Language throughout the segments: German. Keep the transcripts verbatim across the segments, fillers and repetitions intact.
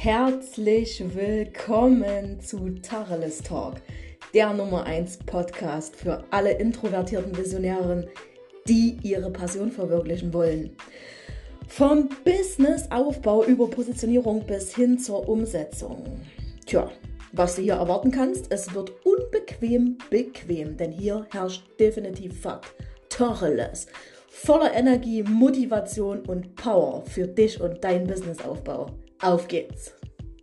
Herzlich willkommen zu Tacheles Talk, der Nummer eins Podcast für alle introvertierten Visionären, die ihre Passion verwirklichen wollen. Vom Businessaufbau über Positionierung bis hin zur Umsetzung. Tja, was du hier erwarten kannst, es wird unbequem bequem, denn hier herrscht definitiv Fakt. Tacheles. Voller Energie, Motivation und Power für dich und deinen Businessaufbau. Auf geht's!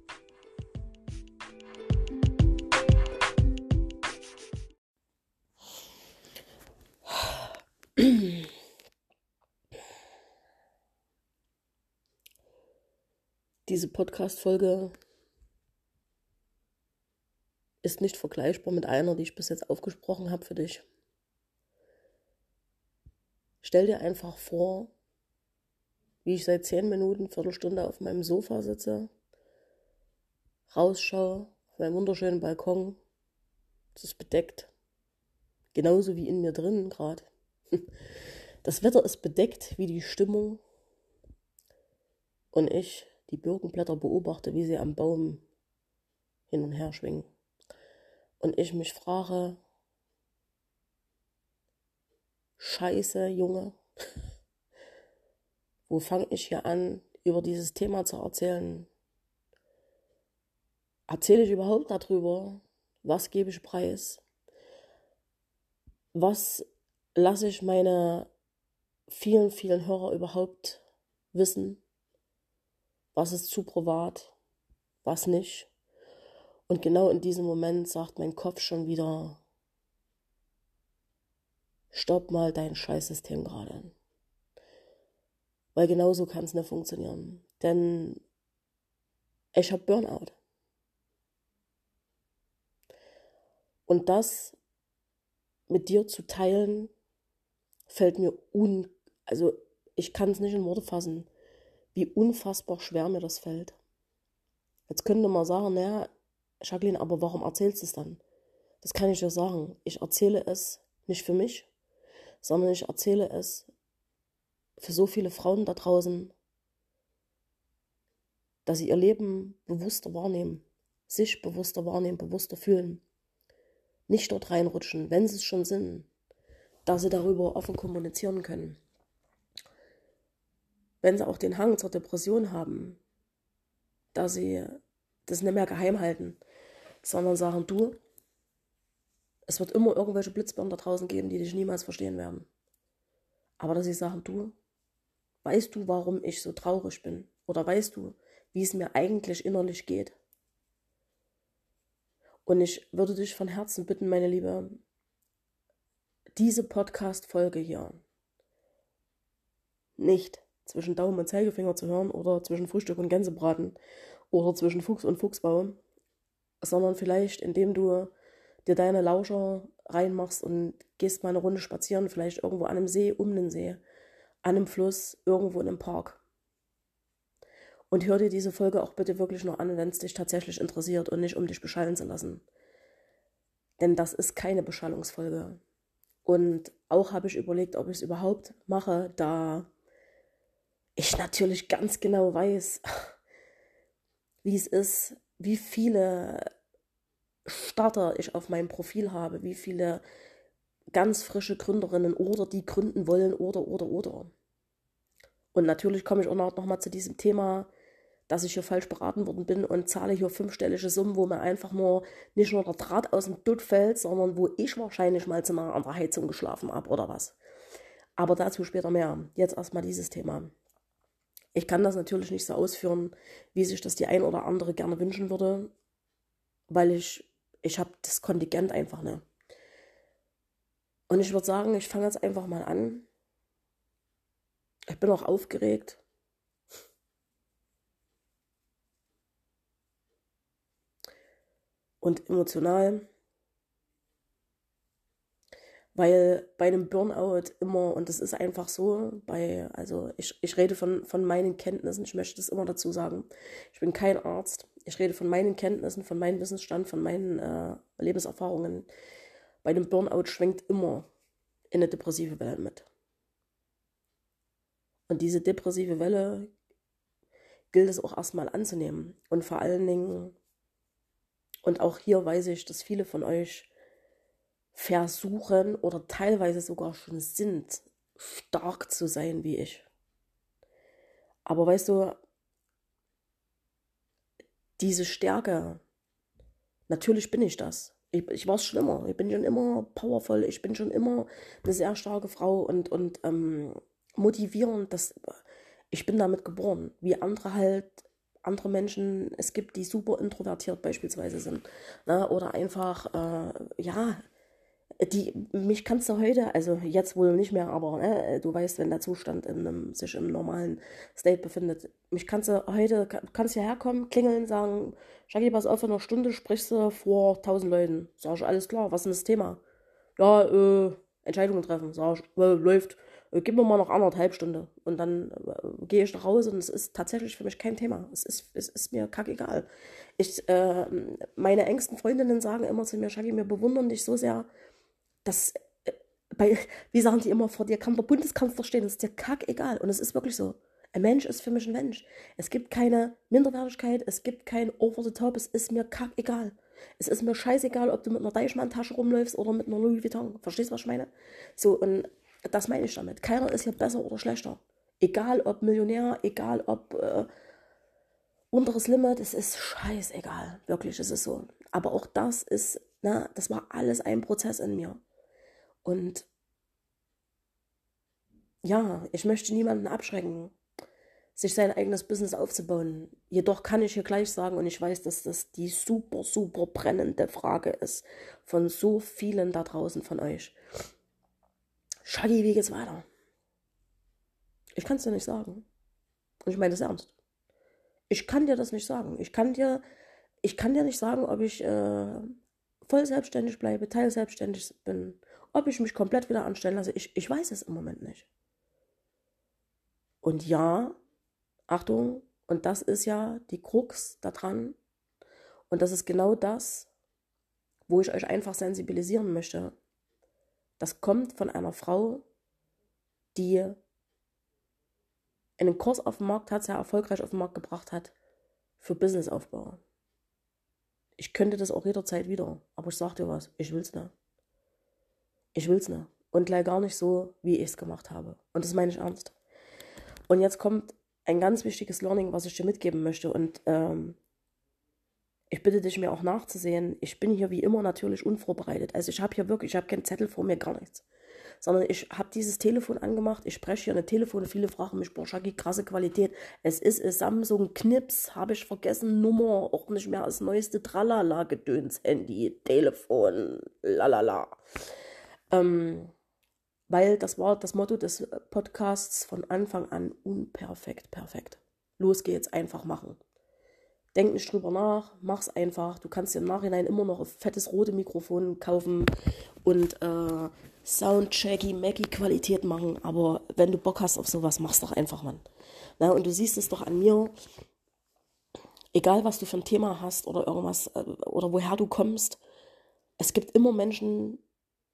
Diese Podcast-Folge ist nicht vergleichbar mit einer, die ich bis jetzt aufgesprochen habe für dich. Stell dir einfach vor, wie ich seit zehn Minuten, Viertelstunde auf meinem Sofa sitze, rausschaue auf meinen wunderschönen Balkon. Es ist bedeckt, genauso wie in mir drinnen gerade. Das Wetter ist bedeckt wie die Stimmung und ich die Birkenblätter beobachte, wie sie am Baum hin und her schwingen. Und ich mich frage, Scheiße, Junge, wo fange ich hier an, über dieses Thema zu erzählen? Erzähle ich überhaupt darüber? Was gebe ich preis? Was lasse ich meine vielen, vielen Hörer überhaupt wissen? Was ist zu privat? Was nicht? Und genau in diesem Moment sagt mein Kopf schon wieder, stopp mal dein Scheißsystem gerade. Weil genauso kann es nicht funktionieren. Denn ich habe Burnout. Und das mit dir zu teilen, fällt mir un... Also ich kann es nicht in Worte fassen, wie unfassbar schwer mir das fällt. Jetzt könnte man sagen, naja, Jacqueline, aber warum erzählst du es dann? Das kann ich dir sagen. Ich erzähle es nicht für mich, sondern ich erzähle es für so viele Frauen da draußen, dass sie ihr Leben bewusster wahrnehmen, sich bewusster wahrnehmen, bewusster fühlen. Nicht dort reinrutschen, wenn sie es schon sind, dass sie darüber offen kommunizieren können. Wenn sie auch den Hang zur Depression haben, dass sie das nicht mehr geheim halten, sondern sagen, du, es wird immer irgendwelche Blitzbirnen da draußen geben, die dich niemals verstehen werden. Aber dass sie sagen, du, weißt du, warum ich so traurig bin? Oder weißt du, wie es mir eigentlich innerlich geht? Und ich würde dich von Herzen bitten, meine Liebe, diese Podcast-Folge hier nicht zwischen Daumen und Zeigefinger zu hören oder zwischen Frühstück und Gänsebraten oder zwischen Fuchs und Fuchsbau, sondern vielleicht, indem du dir deine Lauscher reinmachst und gehst mal eine Runde spazieren, vielleicht irgendwo an einem See, um den See, an einem Fluss, irgendwo in einem Park. Und hör dir diese Folge auch bitte wirklich nur an, wenn es dich tatsächlich interessiert und nicht um dich beschallen zu lassen. Denn das ist keine Beschallungsfolge. Und auch habe ich überlegt, ob ich es überhaupt mache, da ich natürlich ganz genau weiß, wie es ist, wie viele Starter ich auf meinem Profil habe, wie viele ganz frische Gründerinnen oder die gründen wollen oder, oder, oder. Und natürlich komme ich auch noch, noch mal zu diesem Thema, dass ich hier falsch beraten worden bin und zahle hier fünfstellige Summen, wo mir einfach nur nicht nur der Draht aus dem Dutt fällt, sondern wo ich wahrscheinlich mal zu nah an der Heizung geschlafen habe oder was. Aber dazu später mehr. Jetzt erstmal dieses Thema. Ich kann das natürlich nicht so ausführen, wie sich das die ein oder andere gerne wünschen würde, weil ich, ich habe das Kontingent einfach nicht. Und ich würde sagen, ich fange jetzt einfach mal an. Ich bin auch aufgeregt. Und emotional, weil bei einem Burnout immer, und das ist einfach so, bei, also ich, ich rede von, von meinen Kenntnissen, ich möchte das immer dazu sagen, ich bin kein Arzt, ich rede von meinen Kenntnissen, von meinem Wissensstand, von meinen äh, Lebenserfahrungen. Bei einem Burnout schwenkt immer eine depressive Welle mit. Und diese depressive Welle gilt es auch erstmal anzunehmen. Und vor allen Dingen, und auch hier weiß ich, dass viele von euch versuchen oder teilweise sogar schon sind, stark zu sein wie ich. Aber weißt du, diese Stärke, natürlich bin ich das. Ich, ich war es schon immer. Ich bin schon immer powerful. Ich bin schon immer eine sehr starke Frau und, und ähm, motivierend. Das, ich bin damit geboren. Wie andere halt, andere Menschen es gibt, die super introvertiert beispielsweise sind. Ne? Oder einfach, äh, ja, die, mich kannst du heute, also jetzt wohl nicht mehr, aber ne, du weißt, wenn der Zustand in einem, sich im normalen State befindet, mich kannst du heute, kannst hierher kommen, klingeln, sagen, Shaggy, pass auf, in einer Stunde sprichst du vor tausend Leuten. Sag ich, alles klar, was ist denn das Thema? Ja, äh, Entscheidungen treffen, sag ich, äh, läuft, äh, gib mir mal noch anderthalb Stunde. Und dann äh, gehe ich nach Hause und es ist tatsächlich für mich kein Thema. Es ist, es ist mir kackegal. Ich, äh, meine engsten Freundinnen sagen immer zu mir, Shaggy, wir bewundern dich so sehr, das, äh, bei, wie sagen die immer, vor dir kann der Bundeskanzler stehen, das ist dir kackegal. Und es ist wirklich so. Ein Mensch ist für mich ein Mensch. Es gibt keine Minderwertigkeit, es gibt kein Over the Top, es ist mir kackegal. Es ist mir scheißegal, ob du mit einer Deichmann-Tasche rumläufst oder mit einer Louis Vuitton. Verstehst du, was ich meine? So, und das meine ich damit. Keiner ist hier besser oder schlechter. Egal ob Millionär, egal ob äh, unteres Limit, es ist scheißegal. Wirklich, es ist so. Aber auch das ist, na, das war alles ein Prozess in mir. Und ja, ich möchte niemanden abschrecken, sich sein eigenes Business aufzubauen. Jedoch kann ich hier gleich sagen, und ich weiß, dass das die super, super brennende Frage ist von so vielen da draußen von euch. Shaggy, wie geht's weiter? Ich kann es dir nicht sagen. Und ich meine das ernst. Ich kann dir das nicht sagen. Ich kann dir, ich kann dir nicht sagen, ob ich äh, voll selbstständig bleibe, teilselbstständig bin, ob ich mich komplett wieder anstellen lasse. Ich, ich weiß es im Moment nicht. Und ja, Achtung, und das ist ja die Krux daran. Und das ist genau das, wo ich euch einfach sensibilisieren möchte. Das kommt von einer Frau, die einen Kurs auf den Markt hat, sehr erfolgreich auf den Markt gebracht hat, für Businessaufbau. Ich könnte das auch jederzeit wieder, aber ich sag dir was, ich will's nicht. Ich will's nicht. Und gleich gar nicht so, wie ich es gemacht habe. Und das meine ich ernst. Und jetzt kommt ein ganz wichtiges Learning, was ich dir mitgeben möchte. Und ähm, ich bitte dich, mir auch nachzusehen. Ich bin hier wie immer natürlich unvorbereitet. Also ich habe hier wirklich, ich habe keinen Zettel vor mir, gar nichts. Sondern ich habe dieses Telefon angemacht. Ich spreche hier eine Telefon. Viele fragen mich, boah, Shaggy, krasse Qualität. Es ist ein Samsung Knips, habe ich vergessen, Nummer, auch nicht mehr das neueste Tralala-Gedöns, Handy, Telefon, lalala. Ähm, weil das war das Motto des Podcasts von Anfang an: unperfekt, perfekt. Los geht's, einfach machen. Denk nicht drüber nach, mach's einfach. Du kannst dir im Nachhinein immer noch ein fettes rote Mikrofon kaufen und äh, Soundchecky, Mackie Qualität machen. Aber wenn du Bock hast auf sowas, mach's doch einfach, Mann. Na, und du siehst es doch an mir, egal was du für ein Thema hast oder irgendwas äh, oder woher du kommst, es gibt immer Menschen,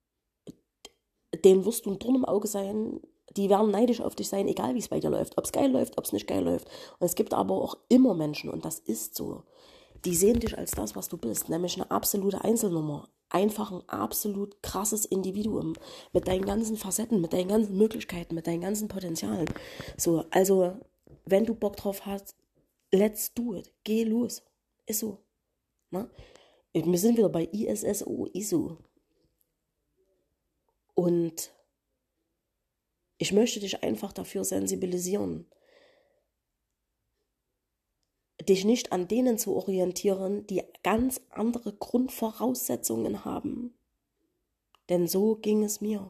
denen wirst du ein Dorn im Auge sein, die werden neidisch auf dich sein, egal wie es bei dir läuft, ob es geil läuft, ob es nicht geil läuft. Und es gibt aber auch immer Menschen, und das ist so, die sehen dich als das, was du bist, nämlich eine absolute Einzelnummer, einfach ein absolut krasses Individuum, mit deinen ganzen Facetten, mit deinen ganzen Möglichkeiten, mit deinen ganzen Potenzialen. So, also, wenn du Bock drauf hast, let's do it, geh los, ist so. Ne? Wir sind wieder bei I S S O, I S O. Und ich möchte dich einfach dafür sensibilisieren, dich nicht an denen zu orientieren, die ganz andere Grundvoraussetzungen haben. Denn so ging es mir.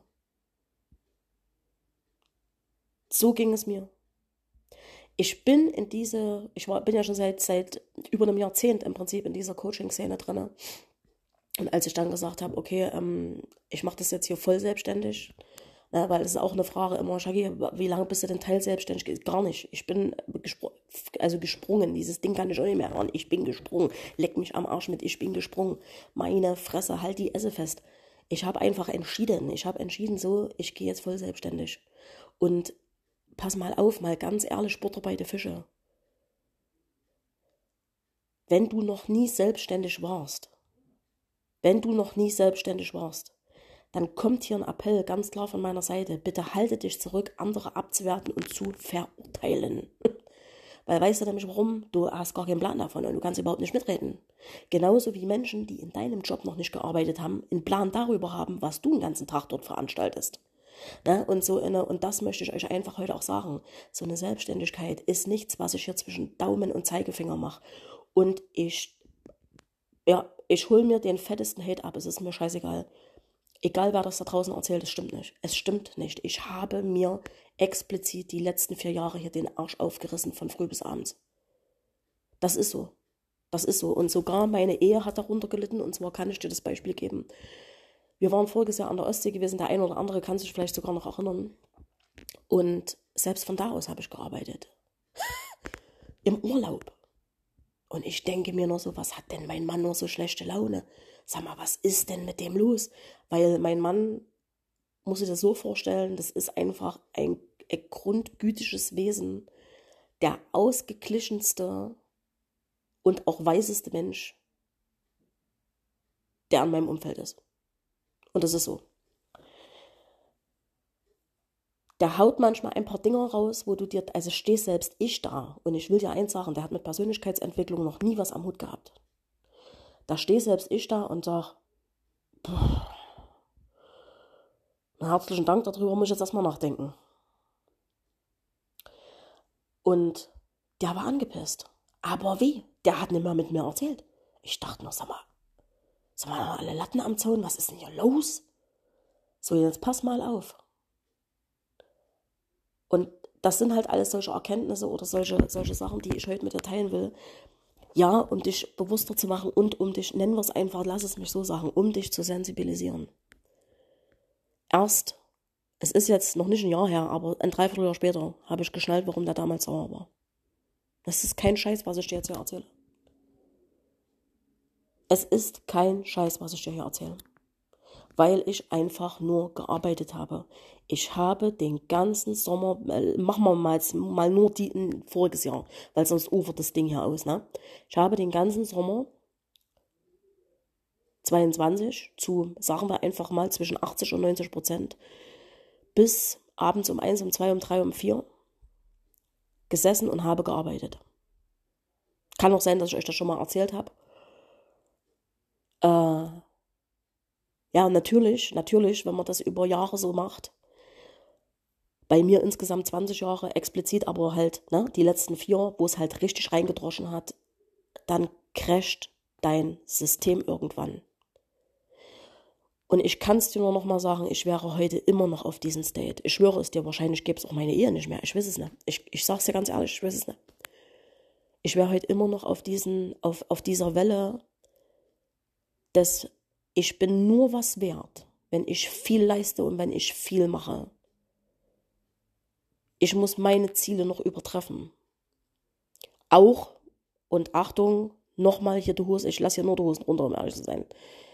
So ging es mir. Ich bin in diese, ich war, bin ja schon seit, seit über einem Jahrzehnt im Prinzip in dieser Coaching-Szene drin. Und als ich dann gesagt habe, okay, ähm, ich mache das jetzt hier voll selbstständig, na, weil es ist auch eine Frage immer, Shaggy, wie lange bist du denn teilselbstständig? Gar nicht. Ich bin gespr- also gesprungen. Dieses Ding kann ich auch nicht mehr hören. Ich bin gesprungen. Leck mich am Arsch mit, ich bin gesprungen. Meine Fresse, halt die Esse fest. Ich habe einfach entschieden. Ich habe entschieden, so, ich gehe jetzt voll selbstständig. Und pass mal auf, mal ganz ehrlich, Butter bei den Fische. wenn du noch nie selbstständig warst, wenn du noch nie selbstständig warst, dann kommt hier ein Appell ganz klar von meiner Seite. Bitte halte dich zurück, andere abzuwerten und zu verurteilen. Weil weißt du nämlich warum? Du hast gar keinen Plan davon und du kannst überhaupt nicht mitreden. Genauso wie Menschen, die in deinem Job noch nicht gearbeitet haben, einen Plan darüber haben, was du den ganzen Tag dort veranstaltest. Ne? Und, so eine, und das möchte ich euch einfach heute auch sagen. So eine Selbstständigkeit ist nichts, was ich hier zwischen Daumen und Zeigefinger mache. Und ich, ja, ich hole mir den fettesten Hate ab, es ist mir scheißegal. Egal, wer das da draußen erzählt, es stimmt nicht. Es stimmt nicht. Ich habe mir explizit die letzten vier Jahre hier den Arsch aufgerissen, von früh bis abends. Das ist so. Das ist so. Und sogar meine Ehe hat darunter gelitten. Und zwar kann ich dir das Beispiel geben. Wir waren voriges Jahr an der Ostsee gewesen. Der eine oder andere kann sich vielleicht sogar noch erinnern. Und selbst von da aus habe ich gearbeitet. Im Urlaub. Und ich denke mir nur so, was hat denn mein Mann nur so schlechte Laune? Sag mal, was ist denn mit dem los? Weil mein Mann, muss ich das so vorstellen, das ist einfach ein, ein grundgütiges Wesen, der ausgeglichenste und auch weiseste Mensch, der an meinem Umfeld ist. Und das ist so. Der haut manchmal ein paar Dinger raus, wo du dir, also stehst selbst ich da. Und ich will dir eins sagen, der hat mit Persönlichkeitsentwicklung noch nie was am Hut gehabt. Da stehe selbst ich da und sage, herzlichen Dank, darüber muss ich jetzt erstmal nachdenken. Und der war angepisst. Aber wie? Der hat nicht mehr mit mir erzählt. Ich dachte nur, sag mal, sag mal, alle Latten am Zaun, was ist denn hier los? So, jetzt pass mal auf. Und das sind halt alles solche Erkenntnisse oder solche, solche Sachen, die ich heute mit dir teilen will. Ja, um dich bewusster zu machen und um dich, nennen wir es einfach, lass es mich so sagen, um dich zu sensibilisieren. Erst, es ist jetzt noch nicht ein Jahr her, aber ein Dreivierteljahr später habe ich geschnallt, warum der damals sauer war. Das ist kein Scheiß, was ich dir jetzt hier erzähle. Es ist kein Scheiß, was ich dir hier erzähle. Weil ich einfach nur gearbeitet habe. Ich habe den ganzen Sommer, machen wir mal, mal nur die, voriges Jahr, weil sonst ufert das Ding hier aus, ne? Ich habe den ganzen Sommer zweiundzwanzig zu, sagen wir einfach mal, zwischen achtzig und neunzig Prozent bis abends um eins, um zwei, um drei, um vier gesessen und habe gearbeitet. Kann auch sein, dass ich euch das schon mal erzählt habe. Äh, ja, natürlich, natürlich, wenn man das über Jahre so macht. Bei mir insgesamt zwanzig Jahre explizit, aber halt, ne, die letzten vier, wo es halt richtig reingedroschen hat, dann crasht dein System irgendwann. Und ich kann es dir nur noch mal sagen, ich wäre heute immer noch auf diesem State. Ich schwöre es dir, wahrscheinlich gäbe es auch meine Ehe nicht mehr. Ich weiß es nicht. Ich, ich sage es dir ganz ehrlich, ich weiß es nicht. Ich wäre heute immer noch auf, diesen, auf, auf dieser Welle, dass ich bin nur was wert, wenn ich viel leiste und wenn ich viel mache. Ich muss meine Ziele noch übertreffen. Auch, und Achtung, nochmal hier die Hose, ich lasse hier nur die Hosen runter, um ehrlich zu sein.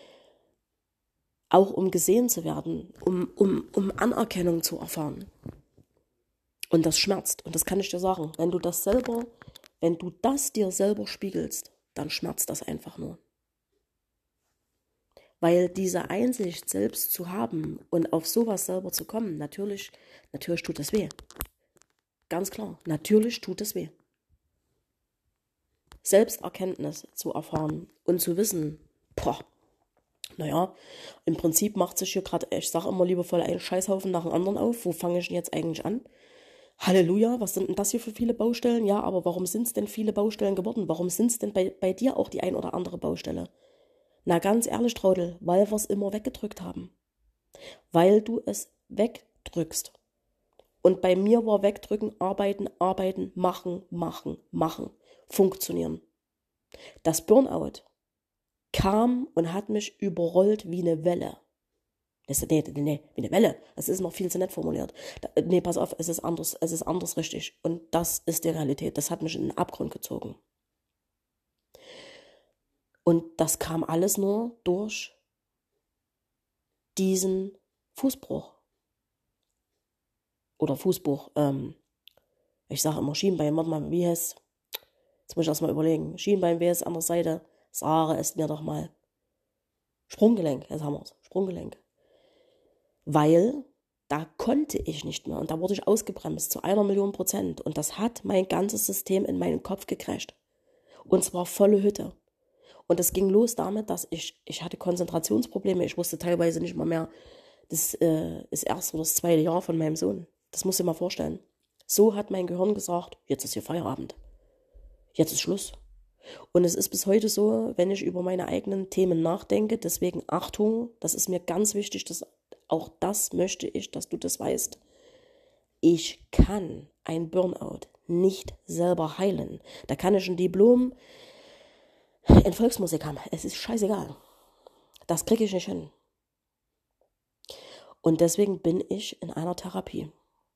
Auch um gesehen zu werden, um, um, um Anerkennung zu erfahren. Und das schmerzt. Und das kann ich dir sagen. Wenn du das selber, wenn du das dir selber spiegelst, dann schmerzt das einfach nur. Weil diese Einsicht selbst zu haben und auf sowas selber zu kommen, natürlich, natürlich tut das weh. Ganz klar, natürlich tut es weh. Selbsterkenntnis zu erfahren und zu wissen, boah, naja, im Prinzip macht sich hier gerade, ich sage immer liebevoll, ein Scheißhaufen nach dem anderen auf. Wo fange ich denn jetzt eigentlich an? Halleluja, was sind denn das hier für viele Baustellen? Ja, aber warum sind es denn viele Baustellen geworden? Warum sind es denn bei, bei dir auch die ein oder andere Baustelle? Na ganz ehrlich, Traudel, weil wir es immer weggedrückt haben. Weil du es wegdrückst. Und bei mir war wegdrücken, arbeiten, arbeiten, machen, machen, machen, funktionieren. Das Burnout kam und hat mich überrollt wie eine Welle. Das, nee, nee, nee, wie eine Welle. Das ist noch viel zu nett formuliert. Da, nee, pass auf, es ist anders, es ist anders richtig. Und das ist die Realität. Das hat mich in den Abgrund gezogen. Und das kam alles nur durch diesen Fußbruch. Oder Fußbruch, ähm, ich sage immer Schienbein, warte mal, wie heißt es? Jetzt muss ich erst mal überlegen. Schienbeinweh an der Seite, sage es mir doch mal. Sprunggelenk, jetzt haben wir es, Sprunggelenk. Weil da konnte ich nicht mehr und da wurde ich ausgebremst zu einer Million Prozent und das hat mein ganzes System in meinen Kopf gecrasht. Und zwar volle Hütte. Und es ging los damit, dass ich, ich hatte Konzentrationsprobleme, ich wusste teilweise nicht mal mehr, das äh, ist erst oder das zweite Jahr von meinem Sohn. Das musst du dir mal vorstellen. So hat mein Gehirn gesagt, jetzt ist hier Feierabend. Jetzt ist Schluss. Und es ist bis heute so, wenn ich über meine eigenen Themen nachdenke, deswegen Achtung, das ist mir ganz wichtig, dass auch das möchte ich, dass du das weißt. Ich kann ein Burnout nicht selber heilen. Da kann ich ein Diplom in Volksmusik haben. Es ist scheißegal. Das kriege ich nicht hin. Und deswegen bin ich in einer Therapie.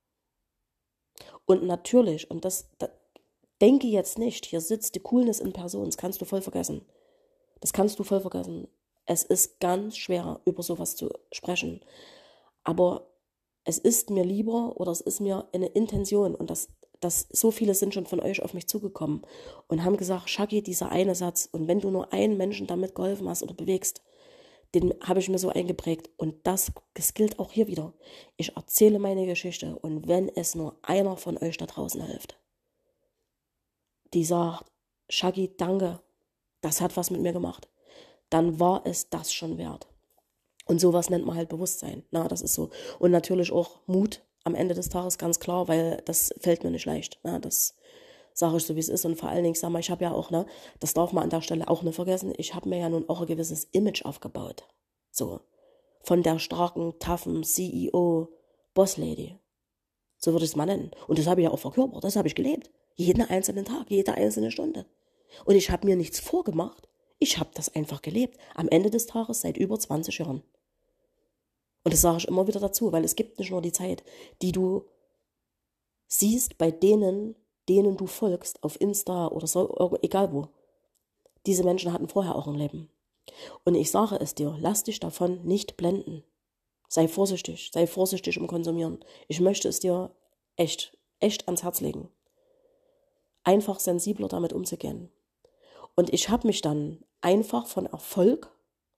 Und natürlich, und das, das denke jetzt nicht, hier sitzt die Coolness in Person, das kannst du voll vergessen. Das kannst du voll vergessen. Es ist ganz schwer, über sowas zu sprechen. Aber es ist mir lieber oder es ist mir eine Intention und das, das, so viele sind schon von euch auf mich zugekommen und haben gesagt, Shaggy, dieser eine Satz und wenn du nur einen Menschen damit geholfen hast oder bewegst, den habe ich mir so eingeprägt und das, das gilt auch hier wieder. Ich erzähle meine Geschichte und wenn es nur einer von euch da draußen hilft, die sagt, Shaggy, danke, das hat was mit mir gemacht, dann war es das schon wert. Und sowas nennt man halt Bewusstsein. Na, das ist so. Und natürlich auch Mut am Ende des Tages, ganz klar, weil das fällt mir nicht leicht. Na, das sage ich so, wie es ist. Und vor allen Dingen, sag mal, ich habe ja auch, ne, das darf man an der Stelle auch nicht vergessen, ich habe mir ja nun auch ein gewisses Image aufgebaut. So. Von der starken, toughen C E O, Bosslady. So würde ich es mal nennen. Und das habe ich ja auch verkörpert. Das habe ich gelebt. Jeden einzelnen Tag, jede einzelne Stunde. Und ich habe mir nichts vorgemacht. Ich habe das einfach gelebt. Am Ende des Tages seit über zwanzig Jahren. Und das sage ich immer wieder dazu, weil es gibt nicht nur die Zeit, die du siehst bei denen, denen du folgst, auf Insta oder so, egal wo. Diese Menschen hatten vorher auch ein Leben. Und ich sage es dir, lass dich davon nicht blenden. Sei vorsichtig, sei vorsichtig im Konsumieren. Ich möchte es dir echt, echt ans Herz legen. Einfach sensibler damit umzugehen. Und ich habe mich dann einfach von Erfolg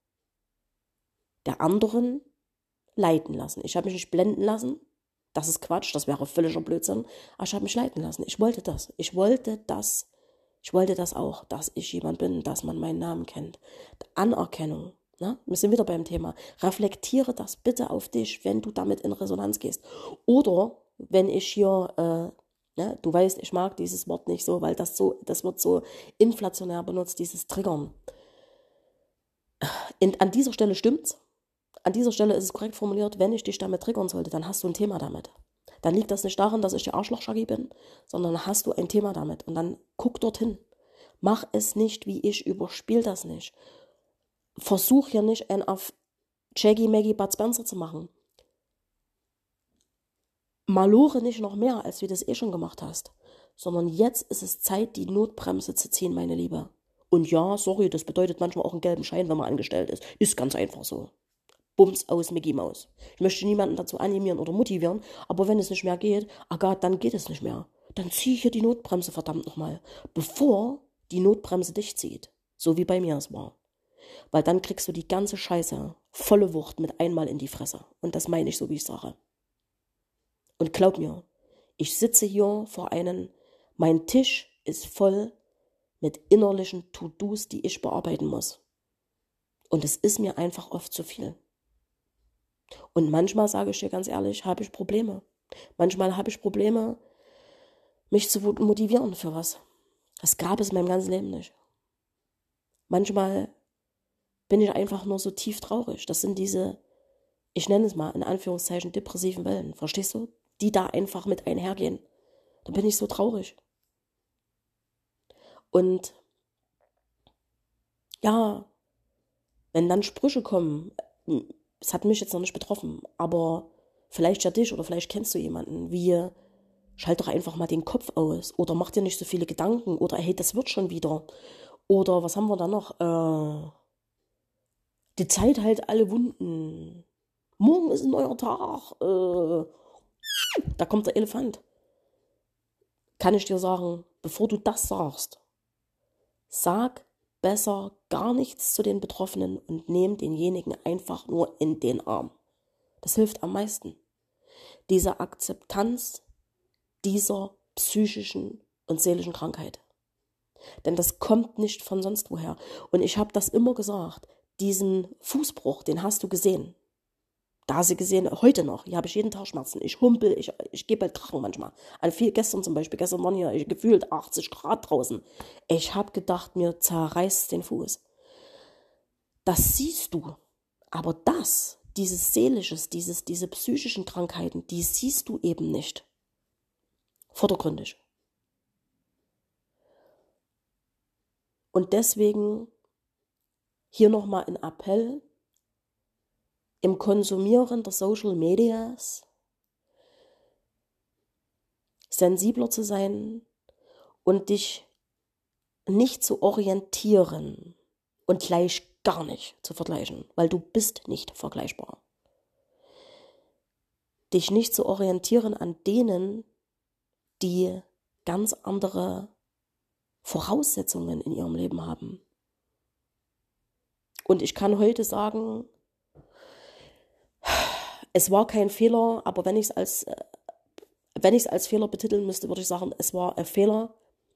der anderen leiten lassen. Ich habe mich nicht blenden lassen. Das ist Quatsch, das wäre völliger Blödsinn. Aber ich habe mich leiten lassen. Ich wollte das. Ich wollte das. Ich wollte das auch, dass ich jemand bin, dass man meinen Namen kennt. Anerkennung. Ne? Wir sind wieder beim Thema. Reflektiere das bitte auf dich, wenn du damit in Resonanz gehst. Oder wenn ich hier, äh, ne, du weißt, ich mag dieses Wort nicht so, weil das so, das wird so inflationär benutzt, dieses Triggern. In, an dieser Stelle stimmt's. An dieser Stelle ist es korrekt formuliert, wenn ich dich damit triggern sollte, dann hast du ein Thema damit. Dann liegt das nicht daran, dass ich der Arschloch-Shaggy bin, sondern hast du ein Thema damit. Und dann guck dorthin. Mach es nicht wie ich, überspiel das nicht. Versuch hier nicht einen auf Jackie, Maggie, Bud Spencer zu machen. Malore nicht noch mehr, als wie du das eh schon gemacht hast. Sondern jetzt ist es Zeit, die Notbremse zu ziehen, meine Liebe. Und ja, sorry, das bedeutet manchmal auch einen gelben Schein, wenn man angestellt ist. Ist ganz einfach so. Bums aus Mickey Maus. Ich möchte niemanden dazu animieren oder motivieren, aber wenn es nicht mehr geht, Agathe, dann geht es nicht mehr. Dann zieh hier die Notbremse, verdammt nochmal. Bevor die Notbremse dich zieht. So wie bei mir es war. Weil dann kriegst du die ganze Scheiße, volle Wucht mit einmal in die Fresse. Und das meine ich so, wie ich sage. Und glaub mir, ich sitze hier vor einem, mein Tisch ist voll mit innerlichen To-Dos, die ich bearbeiten muss. Und es ist mir einfach oft zu viel. Und manchmal, sage ich dir ganz ehrlich, habe ich Probleme. Manchmal habe ich Probleme, mich zu motivieren für was. Das gab es in meinem ganzen Leben nicht. Manchmal bin ich einfach nur so tief traurig. Das sind diese, ich nenne es mal in Anführungszeichen, depressiven Wellen. Verstehst du? Die da einfach mit einhergehen. Da bin ich so traurig. Und ja, wenn dann Sprüche kommen, es hat mich jetzt noch nicht betroffen, aber vielleicht ja dich oder vielleicht kennst du jemanden, wie, schalt doch einfach mal den Kopf aus oder mach dir nicht so viele Gedanken oder hey, das wird schon wieder. Oder was haben wir da noch? Äh, die Zeit heilt alle Wunden. Morgen ist ein neuer Tag. Äh, da kommt der Elefant. Kann ich dir sagen, bevor du das sagst, Sag besser gar nichts zu den Betroffenen und nehm denjenigen einfach nur in den Arm. Das hilft am meisten. Diese Akzeptanz dieser psychischen und seelischen Krankheit. Denn das kommt nicht von sonst woher. Und ich habe das immer gesagt, diesen Fußbruch, den hast du gesehen. Da hast du gesehen, heute noch, hier habe ich jeden Tag Schmerzen. Ich humpel, ich, ich gebe halt Krachen manchmal. An viel, gestern zum Beispiel, gestern waren hier ich, gefühlt achtzig Grad draußen. Ich habe gedacht, mir zerreißt den Fuß. Das siehst du. Aber das, dieses Seelisches, dieses, diese psychischen Krankheiten, die siehst du eben nicht. Vordergründig. Und deswegen hier nochmal ein Appell, im Konsumieren der Social Medias sensibler zu sein und dich nicht zu orientieren und gleich gar nicht zu vergleichen, weil du bist nicht vergleichbar. Dich nicht zu orientieren an denen, die ganz andere Voraussetzungen in ihrem Leben haben. Und ich kann heute sagen, es war kein Fehler, aber wenn ich es als, wenn ich es als Fehler betiteln müsste, würde ich sagen, es war ein Fehler,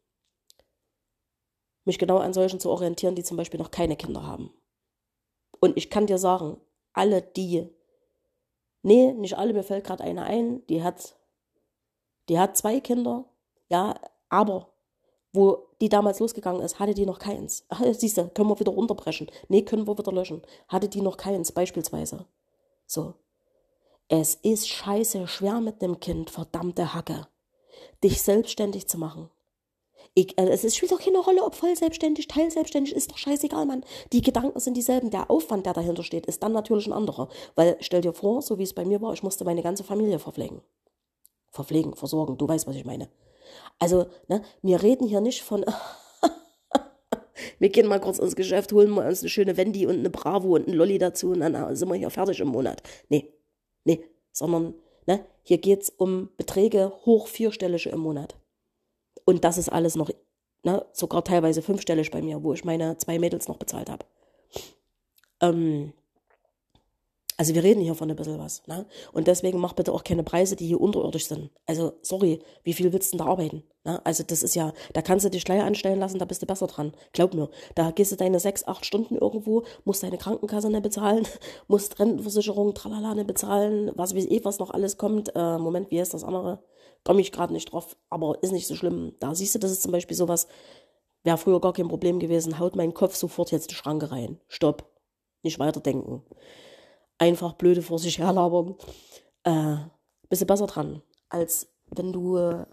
mich genau an solchen zu orientieren, die zum Beispiel noch keine Kinder haben. Und ich kann dir sagen, alle die, nee, nicht alle, mir fällt gerade eine ein, die hat, die hat zwei Kinder, ja, aber wo die damals losgegangen ist, hatte die noch keins. Ach, siehst du, können wir wieder runterbrechen. Nee, können wir wieder löschen. Hatte die noch keins, beispielsweise. So. Es ist scheiße schwer mit einem Kind, verdammte Hacke, dich selbstständig zu machen. Ich, äh, es spielt doch keine Rolle, ob voll selbstständig, teilselbstständig, ist doch scheißegal, Mann. Die Gedanken sind dieselben. Der Aufwand, der dahinter steht, ist dann natürlich ein anderer. Weil, stell dir vor, so wie es bei mir war, ich musste meine ganze Familie verpflegen. Verpflegen, versorgen, du weißt, was ich meine. Also, ne, wir reden hier nicht von, wir gehen mal kurz ins Geschäft, holen wir uns eine schöne Wendy und eine Bravo und einen Lolli dazu und dann sind wir hier fertig im Monat. Nee, nee, sondern, ne, hier geht's um Beträge hoch vierstellige im Monat. Und das ist alles noch, ne, sogar teilweise fünfstellig bei mir, wo ich meine zwei Mädels noch bezahlt habe. Ähm, also wir reden hier von ein bisschen was. Ne? Und deswegen mach bitte auch keine Preise, die hier unterirdisch sind. Also sorry, wie viel willst du denn da arbeiten? Ne? Also das ist ja, da kannst du dich gleich anstellen lassen, da bist du besser dran. Glaub mir, da gehst du deine sechs, acht Stunden irgendwo, musst deine Krankenkasse nicht bezahlen, musst Rentenversicherung, tralala nicht bezahlen, was weiß ich, was noch alles kommt. Äh, Moment, wie heißt das andere? Komme ich gerade nicht drauf, aber ist nicht so schlimm. Da siehst du, das ist zum Beispiel sowas, wäre früher gar kein Problem gewesen, haut mein Kopf sofort jetzt die Schranke rein. Stopp. Nicht weiterdenken. Einfach blöde vor sich herlabern. Äh, bist du besser dran, als wenn du äh,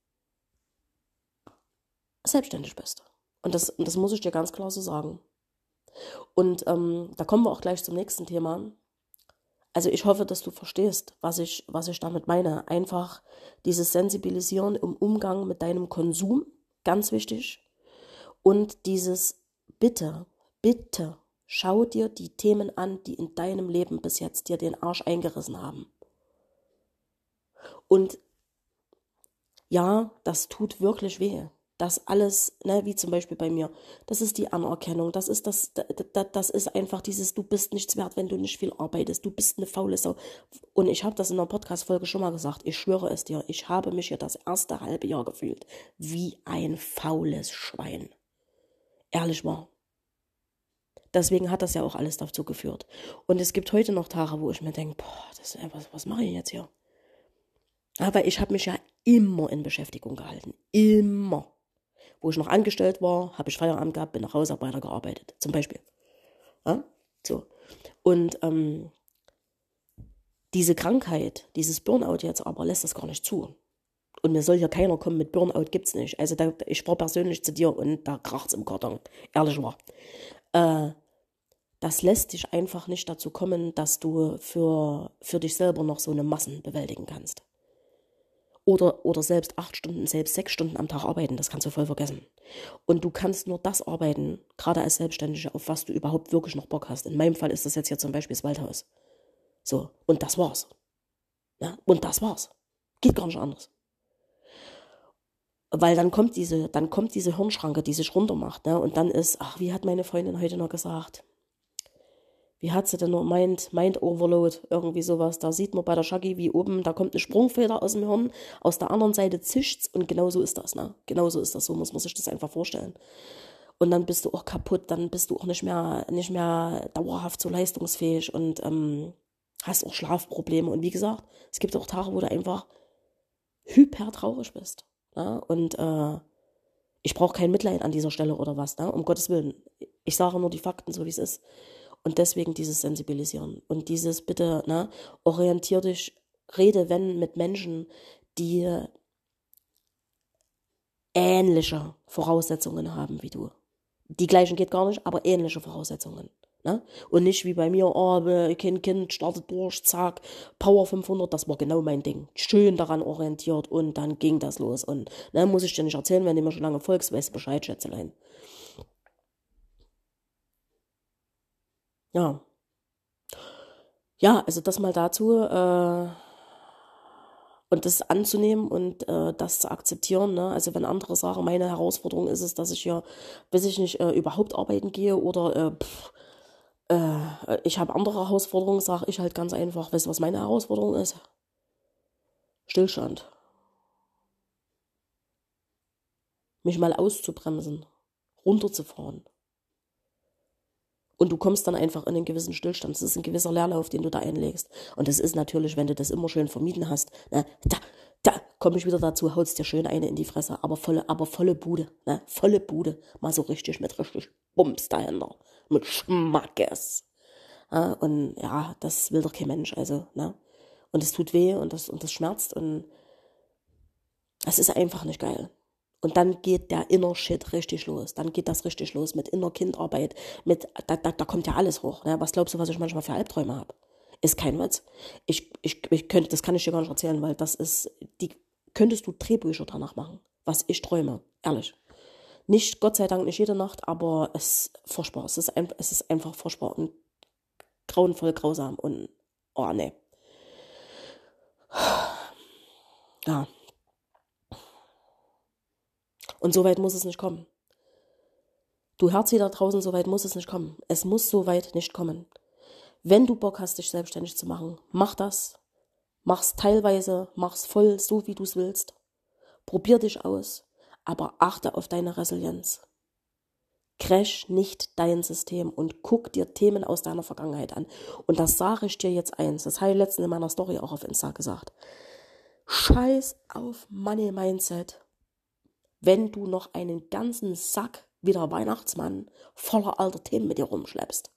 selbstständig bist. Und das, und das muss ich dir ganz klar so sagen. Und ähm, da kommen wir auch gleich zum nächsten Thema. Also ich hoffe, dass du verstehst, was ich, was ich damit meine. Einfach dieses Sensibilisieren im Umgang mit deinem Konsum, ganz wichtig. Und dieses Bitte, bitte, schau dir die Themen an, die in deinem Leben bis jetzt dir den Arsch eingerissen haben. Und ja, das tut wirklich weh. Das alles, ne, wie zum Beispiel bei mir, das ist die Anerkennung, das ist das, das, das ist einfach dieses, du bist nichts wert, wenn du nicht viel arbeitest, du bist eine faule Sau. Und ich habe das in einer Podcast-Folge schon mal gesagt, ich schwöre es dir, ich habe mich ja das erste halbe Jahr gefühlt wie ein faules Schwein. Ehrlich wahr. Deswegen hat das ja auch alles dazu geführt. Und es gibt heute noch Tage, wo ich mir denke, boah, das, was, was mache ich jetzt hier? Aber ich habe mich ja immer in Beschäftigung gehalten. Immer. Wo ich noch angestellt war, habe ich Feierabend gehabt, bin nach Hause, habe weitergearbeitet. Zum Beispiel. Ja? So. Und ähm, diese Krankheit, dieses Burnout jetzt aber, lässt das gar nicht zu. Und mir soll hier keiner kommen mit Burnout, gibt's nicht. Also da, ich war persönlich zu dir und da kracht's im Karton. Ehrlich wahr. Äh, das lässt dich einfach nicht dazu kommen, dass du für, für dich selber noch so eine Massen bewältigen kannst. Oder, oder selbst acht Stunden, selbst sechs Stunden am Tag arbeiten, das kannst du voll vergessen. Und du kannst nur das arbeiten, gerade als Selbstständige, auf was du überhaupt wirklich noch Bock hast. In meinem Fall ist das jetzt hier zum Beispiel das Waldhaus. So, und das war's. Ja, und das war's. Geht gar nicht anders. Weil dann kommt diese, dann kommt diese Hirnschranke, die sich runtermacht, ne? Und dann ist, ach, wie hat meine Freundin heute noch gesagt? Wie hat sie denn noch Mind, Mind Overload, irgendwie sowas. Da sieht man bei der Shaggy, wie oben, da kommt eine Sprungfeder aus dem Hirn, aus der anderen Seite zischt's und genau so ist das, ne? Genau so ist das, so muss man sich das einfach vorstellen. Und dann bist du auch kaputt, dann bist du auch nicht mehr, nicht mehr dauerhaft so leistungsfähig und ähm, hast auch Schlafprobleme. Und wie gesagt, es gibt auch Tage, wo du einfach hyper traurig bist. Ne? Und äh, ich brauche kein Mitleid an dieser Stelle oder was, ne? Um Gottes Willen. Ich sage nur die Fakten, so wie es ist. Und deswegen dieses Sensibilisieren und dieses bitte, ne, orientier dich, rede, wenn, mit Menschen, die ähnliche Voraussetzungen haben wie du. Die gleichen geht gar nicht, aber ähnliche Voraussetzungen. Ne? Und nicht wie bei mir, oh, kein Kind startet durch, zack, Power fünfhundert, das war genau mein Ding. Schön daran orientiert und dann ging das los. Und ne, muss ich dir nicht erzählen, wenn du mir schon lange folgst, weißt du Bescheid, Schätzelein. Ja. Ja, also das mal dazu. Äh, Und das anzunehmen und äh, das zu akzeptieren. Ne? Also wenn andere sagen, meine Herausforderung ist es, dass ich hier, weiß ich nicht, äh, überhaupt arbeiten gehe oder äh, pff, äh, ich habe andere Herausforderungen, sage ich halt ganz einfach, weißt du, was meine Herausforderung ist? Stillstand. Mich mal auszubremsen, runterzufahren. Und du kommst dann einfach in einen gewissen Stillstand. Das ist ein gewisser Leerlauf, den du da einlegst. Und das ist natürlich, wenn du das immer schön vermieden hast, ne, da, da komme ich wieder dazu, haut's dir schön eine in die Fresse, aber volle, aber volle Bude, ne, volle Bude, mal so richtig, mit richtig Bums dahinter, mit Schmackes. Ja, und ja, das will doch kein Mensch, also, ne. Und es tut weh und das, und das schmerzt und es ist einfach nicht geil. Und dann geht der Inner Shit richtig los. Dann geht das richtig los mit Inner Kindarbeit. Mit, da, da, da kommt ja alles hoch. Ne? Was glaubst du, was ich manchmal für Albträume habe? Ist kein Witz. Ich, ich, ich könnte, das kann ich dir gar nicht erzählen, weil das ist, die könntest du Drehbücher danach machen, was ich träume. Ehrlich. Nicht, Gott sei Dank, nicht jede Nacht, aber es ist furchtbar. Es ist, ein, es ist einfach furchtbar und grauenvoll, grausam und, oh, nee. Ja. Und so weit muss es nicht kommen. Du Herzi da draußen, so weit muss es nicht kommen. Es muss so weit nicht kommen. Wenn du Bock hast, dich selbstständig zu machen, mach das. Mach's teilweise, mach's voll, so wie du es willst. Probier dich aus, aber achte auf deine Resilienz. Crash nicht dein System und guck dir Themen aus deiner Vergangenheit an. Und das sage ich dir jetzt eins, das habe ich letztens in meiner Story auch auf Insta gesagt. Scheiß auf Money Mindset, wenn du noch einen ganzen Sack wie der Weihnachtsmann voller alter Themen mit dir rumschleppst.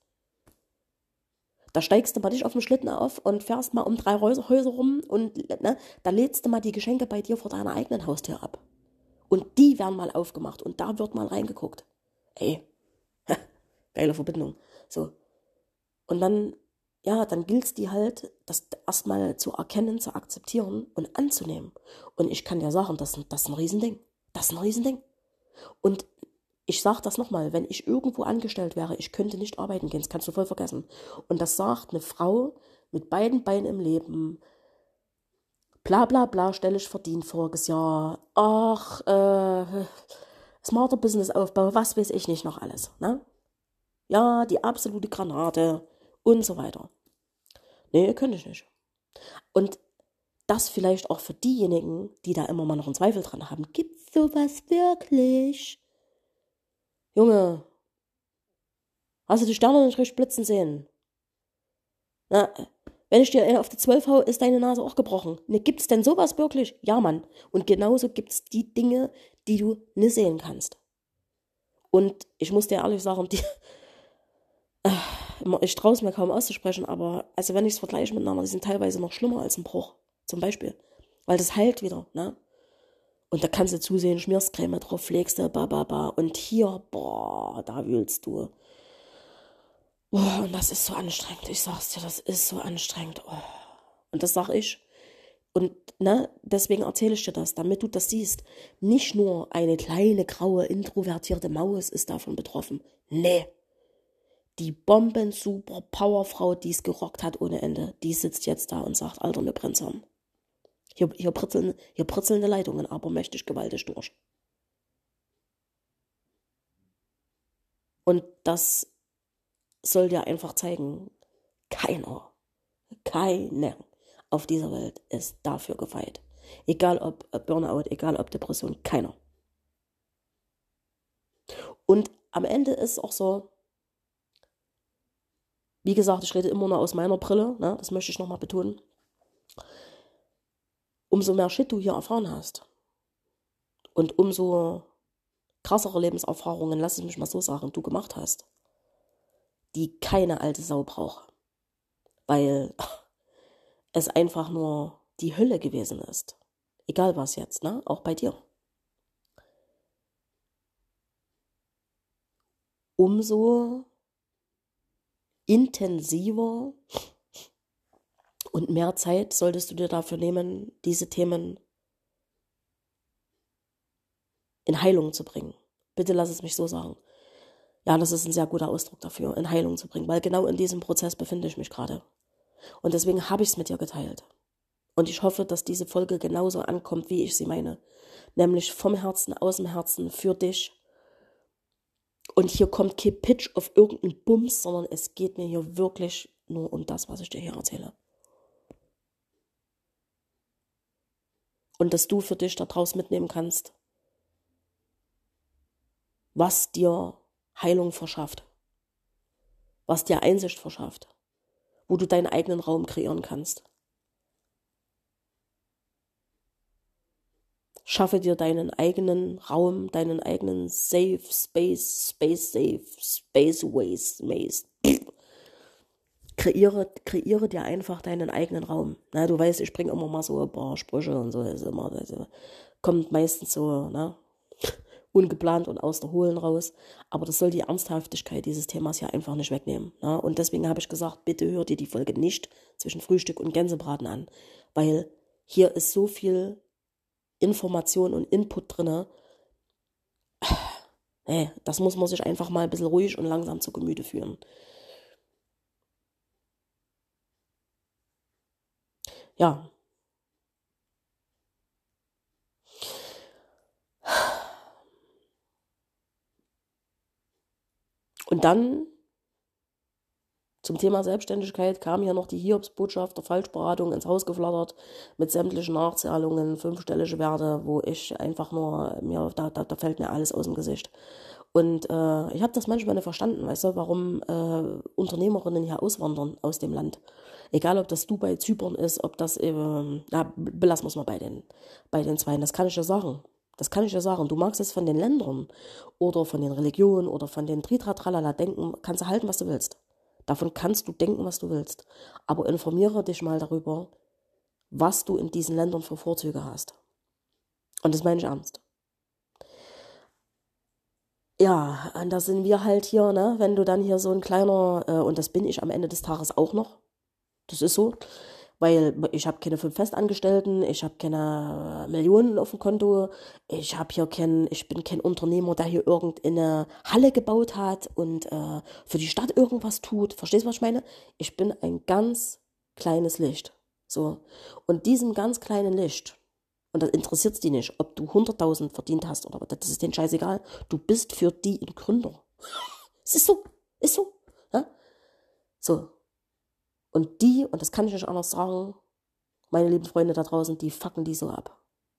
Da steigst du mal dich auf den Schlitten auf und fährst mal um drei Häuser rum und ne, da lädst du mal die Geschenke bei dir vor deiner eigenen Haustür ab. Und die werden mal aufgemacht und da wird mal reingeguckt. Ey, geile Verbindung. So. Und dann, ja, dann gilt es die halt, das erstmal zu erkennen, zu akzeptieren und anzunehmen. Und ich kann dir sagen, das, das ist ein Riesending. Das ist ein Riesending. Und ich sage das nochmal, wenn ich irgendwo angestellt wäre, ich könnte nicht arbeiten gehen, das kannst du voll vergessen. Und das sagt eine Frau mit beiden Beinen im Leben, bla bla bla, stellig verdient voriges Jahr, ach, äh, smarter Businessaufbau, was weiß ich nicht noch alles, ne? Ja, die absolute Granate und so weiter. Nee, könnte ich nicht. Und das vielleicht auch für diejenigen, die da immer mal noch einen Zweifel dran haben, gibt's sowas wirklich? Junge, hast du die Sterne nicht richtig blitzen sehen? Na, wenn ich dir auf die zwölf hau, ist deine Nase auch gebrochen. Ne, gibt's denn sowas wirklich? Ja, Mann. Und genauso gibt's die Dinge, die du nicht sehen kannst. Und ich muss dir ehrlich sagen, die, äh, ich traue es mir kaum auszusprechen, aber also wenn ich es vergleiche miteinander, die sind teilweise noch schlimmer als ein Bruch. Zum Beispiel. Weil das heilt wieder, ne? Und da kannst du zusehen, schmierst Creme drauf, pflegst du, ba, ba, ba. Und hier, boah, da wühlst du. Boah, und das ist so anstrengend. Ich sag's dir, das ist so anstrengend. Oh. Und das sag ich. Und ne, deswegen erzähle ich dir das, damit du das siehst. Nicht nur eine kleine, graue, introvertierte Maus ist davon betroffen. Nee. Die Bomben-Super-Powerfrau, die es gerockt hat ohne Ende, die sitzt jetzt da und sagt, Alter, mir brennt's an. Hier, hier, britzeln, hier britzeln die Leitungen aber mächtig gewaltig durch. Und das soll dir einfach zeigen, keiner, keiner auf dieser Welt ist dafür gefeit. Egal ob Burnout, egal ob Depression, keiner. Und am Ende ist es auch so, wie gesagt, ich rede immer nur aus meiner Brille, ne, das möchte ich nochmal betonen. Umso mehr Shit du hier erfahren hast und umso krassere Lebenserfahrungen, lass es mich mal so sagen, du gemacht hast, die keine alte Sau braucht, weil es einfach nur die Hölle gewesen ist. Egal was jetzt, ne? Auch bei dir. Umso intensiver und mehr Zeit solltest du dir dafür nehmen, diese Themen in Heilung zu bringen. Bitte lass es mich so sagen. Ja, das ist ein sehr guter Ausdruck dafür, in Heilung zu bringen, weil genau in diesem Prozess befinde ich mich gerade. Und deswegen habe ich es mit dir geteilt. Und ich hoffe, dass diese Folge genauso ankommt, wie ich sie meine. Nämlich vom Herzen, aus dem Herzen, für dich. Und hier kommt kein Pitch auf irgendeinen Bums, sondern es geht mir hier wirklich nur um das, was ich dir hier erzähle. Und dass du für dich daraus mitnehmen kannst, was dir Heilung verschafft, was dir Einsicht verschafft, wo du deinen eigenen Raum kreieren kannst. Schaffe dir deinen eigenen Raum, deinen eigenen Safe Space, Space Safe, Space Ways, Maze. Kreiere, kreiere dir einfach deinen eigenen Raum. Na, du weißt, ich bringe immer mal so ein paar Sprüche und so. Das ist immer, das kommt meistens so, ne, ungeplant und aus der Hohlen raus. Aber das soll die Ernsthaftigkeit dieses Themas ja einfach nicht wegnehmen. Ne? Und deswegen habe ich gesagt, bitte hör dir die Folge nicht zwischen Frühstück und Gänsebraten an. Weil hier ist so viel Information und Input drin. Nee, das muss man sich einfach mal ein bisschen ruhig und langsam zu Gemüte führen. Ja. Und dann zum Thema Selbstständigkeit kam hier noch die Hiobsbotschaft der Falschberatung ins Haus geflattert mit sämtlichen Nachzahlungen, fünfstellige Werte, wo ich einfach nur, mir da, da, da fällt mir alles aus dem Gesicht. Und äh, ich habe das manchmal nicht verstanden, weißt du, warum äh, Unternehmerinnen hier auswandern aus dem Land. Egal, ob das Dubai, Zypern ist, ob das, äh, na, belassen wir es mal bei den, bei den Zweien, das kann ich ja sagen. Das kann ich ja sagen. Du magst es von den Ländern oder von den Religionen oder von den Tritratralala denken, kannst du halten, was du willst. Davon kannst du denken, was du willst. Aber informiere dich mal darüber, was du in diesen Ländern für Vorzüge hast. Und das meine ich ernst. Ja, und da sind wir halt hier, ne, wenn du dann hier so ein kleiner, äh, und das bin ich am Ende des Tages auch noch, das ist so, weil ich habe keine fünf Festangestellten, ich habe keine Millionen auf dem Konto, ich habe hier kein, ich bin kein Unternehmer, der hier irgendeine Halle gebaut hat und äh, für die Stadt irgendwas tut. Verstehst du, was ich meine? Ich bin ein ganz kleines Licht. So. Und diesem ganz kleinen Licht, und das interessiert die nicht, ob du hunderttausend verdient hast oder das ist denen scheißegal, du bist für die ein Gründer. Es ist so, ist so. Ja? So. Und die, und das kann ich nicht anders sagen, meine lieben Freunde da draußen, die fucken die so ab.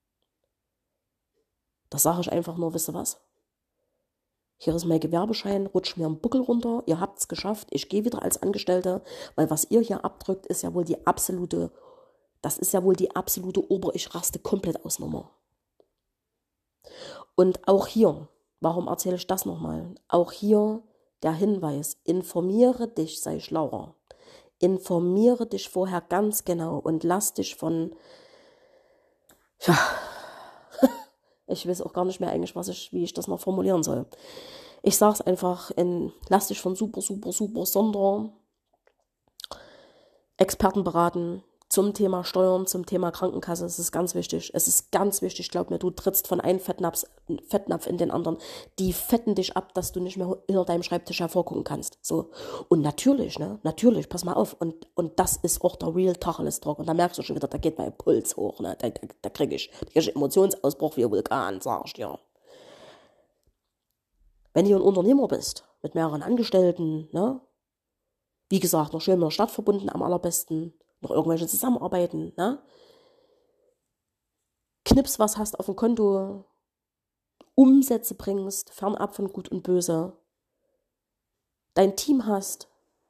Das sage ich einfach nur, wisst ihr was? Hier ist mein Gewerbeschein, rutscht mir einen Buckel runter, ihr habt es geschafft, ich gehe wieder als Angestellte, weil was ihr hier abdrückt, ist ja wohl die absolute, das ist ja wohl die absolute Ober, ich raste komplett aus Nummer. Und auch hier, warum erzähle ich das nochmal? Auch hier der Hinweis, informiere dich, sei schlauer. Informiere dich vorher ganz genau und lass dich von, ja, ich weiß auch gar nicht mehr eigentlich, was ich, wie ich das noch formulieren soll. Ich sag's einfach, in, lass dich von super, super, super Sonder Experten beraten zum Thema Steuern, zum Thema Krankenkasse. Es ist ganz wichtig. Es ist ganz wichtig, glaub mir, du trittst von einem Fettnapf, Fettnapf in den anderen. Die fetten dich ab, dass du nicht mehr hinter deinem Schreibtisch hervorgucken kannst. So. Und natürlich, ne, natürlich, pass mal auf. Und, und das ist auch der Real Tacheles-Talk. Und da merkst du schon wieder, da geht mein Puls hoch, ne. Da, da, da krieg ich, da krieg ich Emotionsausbruch wie ein Vulkan, sag ich dir. Wenn du ein Unternehmer bist, mit mehreren Angestellten, ne, wie gesagt, noch schön mit der Stadt verbunden, am allerbesten, noch irgendwelche Zusammenarbeiten, ne? Knips, was hast auf dem Konto, Umsätze bringst, fernab von Gut und Böse, dein Team hast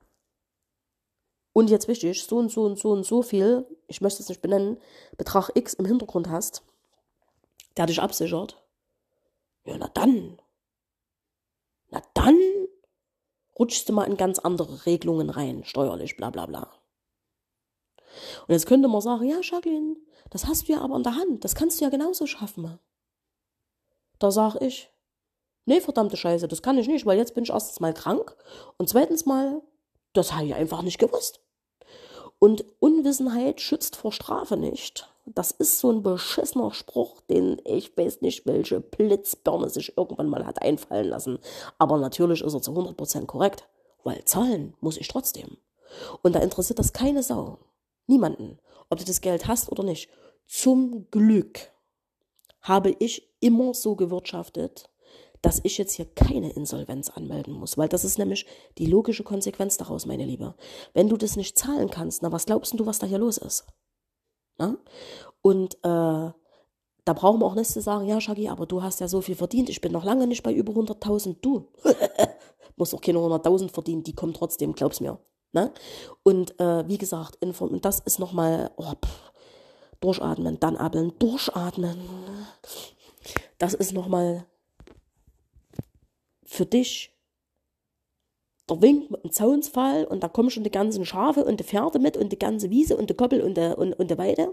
und jetzt wichtig, so und so und so und so viel, ich möchte es nicht benennen, Betrag X im Hintergrund hast, der dich absichert, ja, na dann, na dann rutschst du mal in ganz andere Regelungen rein, steuerlich, bla bla bla. Und jetzt könnte man sagen, ja, Jacqueline, das hast du ja aber in der Hand, das kannst du ja genauso schaffen. Da sage ich, nee, verdammte Scheiße, das kann ich nicht, weil jetzt bin ich erstens mal krank und zweitens mal, das habe ich einfach nicht gewusst. Und Unwissenheit schützt vor Strafe nicht. Das ist so ein beschissener Spruch, den ich weiß nicht, welche Blitzbirne sich irgendwann mal hat einfallen lassen. Aber natürlich ist er zu hundert Prozent korrekt, weil zahlen muss ich trotzdem. Und da interessiert das keine Sau. Niemanden, ob du das Geld hast oder nicht. Zum Glück habe ich immer so gewirtschaftet, dass ich jetzt hier keine Insolvenz anmelden muss, weil das ist nämlich die logische Konsequenz daraus, meine Liebe. Wenn du das nicht zahlen kannst, na, was glaubst du, was da hier los ist? Na? Und äh, da brauchen wir auch nicht zu sagen, ja, Shaggy, aber du hast ja so viel verdient, ich bin noch lange nicht bei über hunderttausend, du. Muss auch keine hunderttausend verdienen, die kommen trotzdem, glaub's mir. Ne? Und äh, wie gesagt, Inform das ist nochmal, oh, durchatmen, dann abeln, durchatmen. Das ist nochmal für dich der Wink mit dem Zaunsfall und da kommen schon die ganzen Schafe und die Pferde mit und die ganze Wiese und die Koppel und die, und, und die Weide.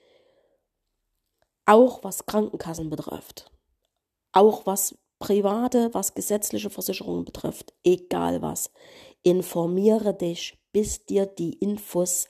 Auch was Krankenkassen betrifft. Auch was private, was gesetzliche Versicherungen betrifft. Egal was. Informiere dich, bis dir die Infos.